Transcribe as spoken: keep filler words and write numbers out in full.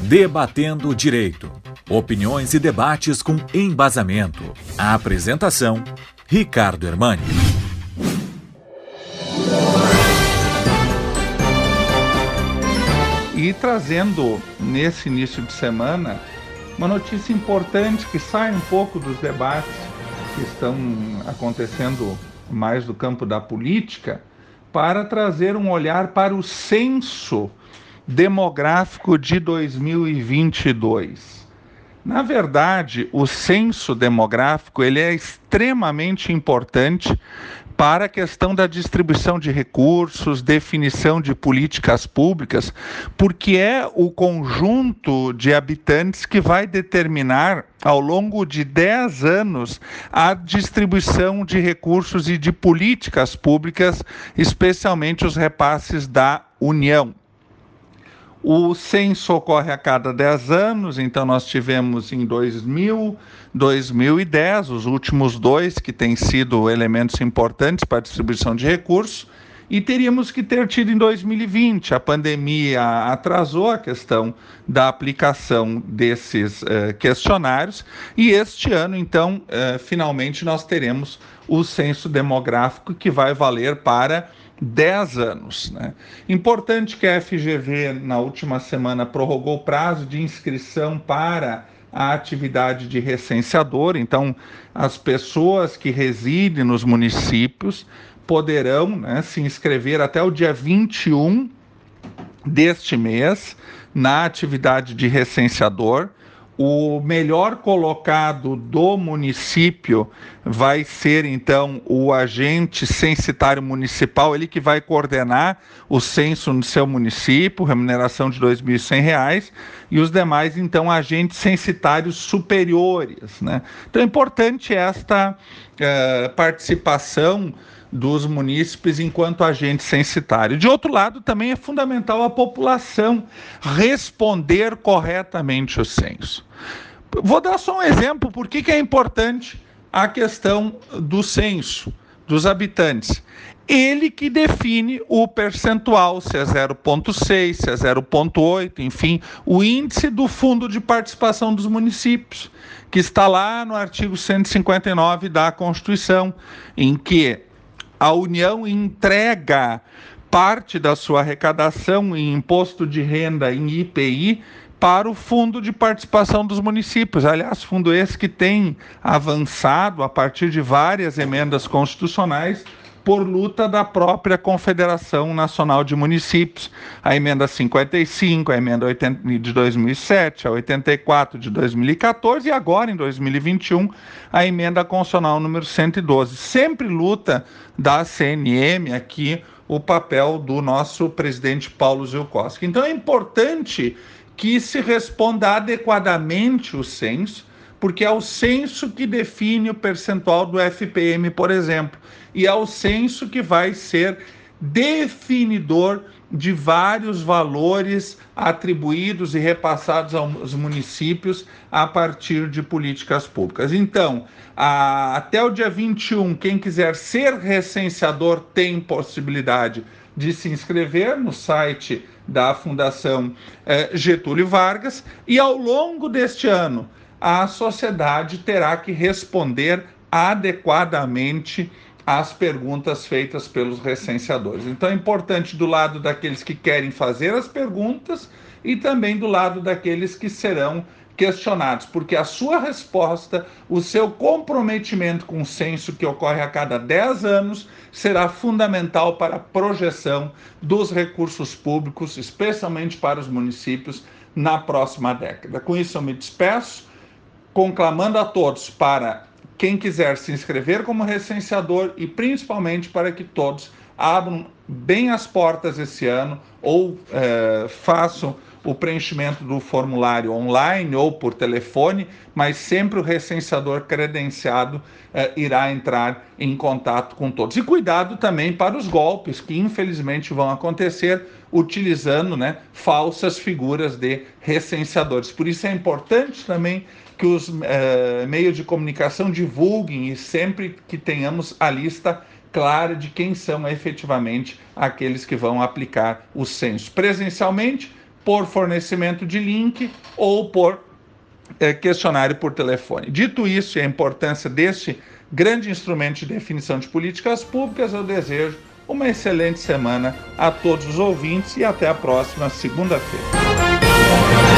Debatendo o Direito. Opiniões e debates com embasamento. A apresentação, Ricardo Hermani. E trazendo, nesse início de semana, uma notícia importante que sai um pouco dos debates que estão acontecendo mais do campo da política, para trazer um olhar para o censo demográfico de dois mil e vinte e dois. Na verdade, o censo demográfico ele é extremamente importante para a questão da distribuição de recursos, definição de políticas públicas, porque é o conjunto de habitantes que vai determinar, ao longo de dez anos, a distribuição de recursos e de políticas públicas, especialmente os repasses da União. O censo ocorre a cada dez anos, então nós tivemos em dois mil, dois mil e dez, os últimos dois que têm sido elementos importantes para a distribuição de recursos, e teríamos que ter tido em dois mil e vinte. A pandemia atrasou a questão da aplicação desses uh, questionários, e este ano, então, uh, finalmente nós teremos o censo demográfico que vai valer para dez anos. Né? Importante que a F G V, na última semana, prorrogou o prazo de inscrição para a atividade de recenseador. Então, as pessoas que residem nos municípios poderão, né, se inscrever até o dia vinte e um deste mês na atividade de recenseador. O melhor colocado do município vai ser, então, o agente censitário municipal, ele que vai coordenar o censo no seu município, remuneração de dois mil e cem reais, e os demais, então, agentes censitários superiores. Né? Então, é importante esta uh, participação dos munícipes enquanto agente censitário. De outro lado, também é fundamental a população responder corretamente o censo. Vou dar só um exemplo, por que é importante a questão do censo, dos habitantes. Ele que define o percentual, se é zero vírgula seis, se é zero vírgula oito, enfim, o índice do Fundo de Participação dos Municípios, que está lá no artigo cento e cinquenta e nove da Constituição, em que a União entrega parte da sua arrecadação em imposto de renda, em I P I, para o Fundo de Participação dos Municípios. Aliás, fundo esse que tem avançado a partir de várias emendas constitucionais por luta da própria Confederação Nacional de Municípios. A emenda cinquenta e cinco, a emenda oitenta de dois mil e sete, a oitenta e quatro de dois mil e quatorze e agora, em dois mil e vinte e um, a emenda constitucional número cento e doze. Sempre luta da C N M aqui o papel do nosso presidente Paulo Zielkowski. Então é importante que se responda adequadamente o censo, porque é o censo que define o percentual do F P M, por exemplo, e é o censo que vai ser definidor de vários valores atribuídos e repassados aos municípios a partir de políticas públicas. Então, a, até o dia vinte e um, quem quiser ser recenseador tem possibilidade de se inscrever no site da Fundação eh, Getúlio Vargas, e ao longo deste ano a sociedade terá que responder adequadamente às perguntas feitas pelos recenseadores. Então é importante do lado daqueles que querem fazer as perguntas e também do lado daqueles que serão questionados, porque a sua resposta, o seu comprometimento com o censo que ocorre a cada dez anos, será fundamental para a projeção dos recursos públicos, especialmente para os municípios, na próxima década. Com isso eu me despeço, conclamando a todos para quem quiser se inscrever como recenseador e principalmente para que todos abram bem as portas esse ano ou eh, façam o preenchimento do formulário online ou por telefone, mas sempre o recenseador credenciado eh, irá entrar em contato com todos. E cuidado também para os golpes que infelizmente vão acontecer utilizando, né, falsas figuras de recenseadores. Por isso é importante também que os eh, meios de comunicação divulguem e sempre que tenhamos a lista clara de quem são efetivamente aqueles que vão aplicar o censo. Presencialmente, por fornecimento de link ou por é, questionário por telefone. Dito isso e a importância deste grande instrumento de definição de políticas públicas, eu desejo uma excelente semana a todos os ouvintes e até a próxima segunda-feira.